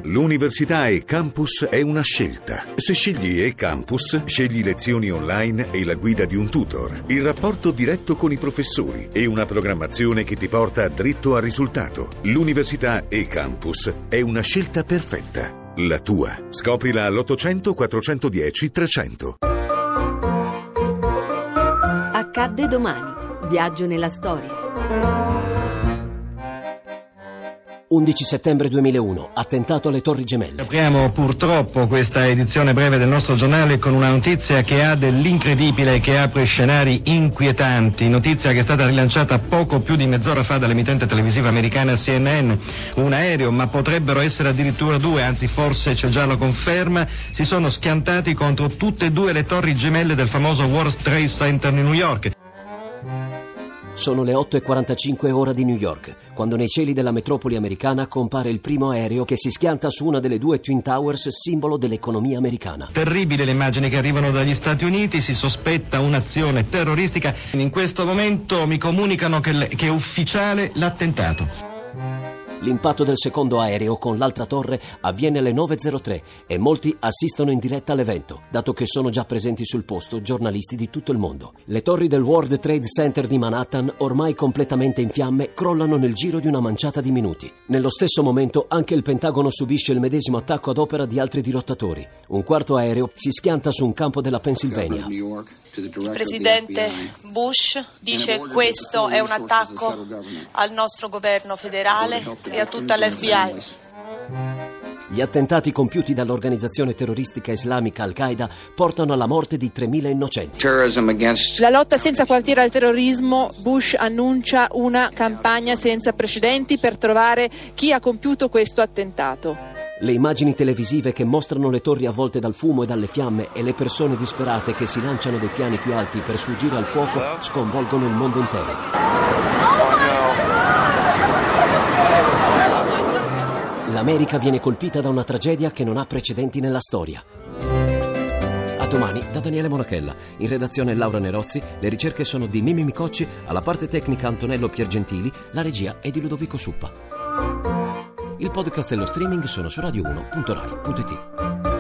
L'università e-Campus è una scelta. Se scegli e-Campus, scegli lezioni online e la guida di un tutor, il rapporto diretto con i professori e una programmazione che ti porta dritto al risultato. L'università e-Campus è una scelta perfetta. La tua. Scoprila all'800 410 300. Accadde domani. Viaggio nella storia. 11 settembre 2001, attentato alle Torri Gemelle. Apriamo purtroppo questa edizione breve del nostro giornale con una notizia che ha dell'incredibile e che apre scenari inquietanti. Notizia che è stata rilanciata poco più di mezz'ora fa dall'emittente televisiva americana CNN. Un aereo, ma potrebbero essere addirittura due, anzi forse c'è già la conferma, si sono schiantati contro tutte e due le Torri Gemelle del famoso World Trade Center di New York. Sono le 8:45 ora di New York, quando nei cieli della metropoli americana compare il primo aereo che si schianta su una delle due Twin Towers, simbolo dell'economia americana. Terribili le immagini che arrivano dagli Stati Uniti, si sospetta un'azione terroristica. In questo momento mi comunicano che è ufficiale l'attentato. L'impatto del secondo aereo con l'altra torre avviene alle 9:03 e molti assistono in diretta all'evento, dato che sono già presenti sul posto giornalisti di tutto il mondo. Le torri del World Trade Center di Manhattan, ormai completamente in fiamme, crollano nel giro di una manciata di minuti. Nello stesso momento anche il Pentagono subisce il medesimo attacco ad opera di altri dirottatori. Un quarto aereo si schianta su un campo della Pennsylvania. Il presidente Bush dice che questo è un attacco al nostro governo federale e a tutta l'FBI. Gli attentati compiuti dall'organizzazione terroristica islamica Al-Qaeda portano alla morte di 3.000 innocenti. La lotta senza quartiere al terrorismo, Bush annuncia una campagna senza precedenti per trovare chi ha compiuto questo attentato. Le immagini televisive che mostrano le torri avvolte dal fumo e dalle fiamme e le persone disperate che si lanciano dai piani più alti per sfuggire al fuoco sconvolgono il mondo intero. L'America viene colpita da una tragedia che non ha precedenti nella storia. A domani da Daniele Monachella. In redazione Laura Nerozzi, le ricerche sono di Mimmi Micocci, alla parte tecnica Antonello Piergentili, la regia è di Ludovico Suppa. Il podcast e lo streaming sono su radio1.rai.it.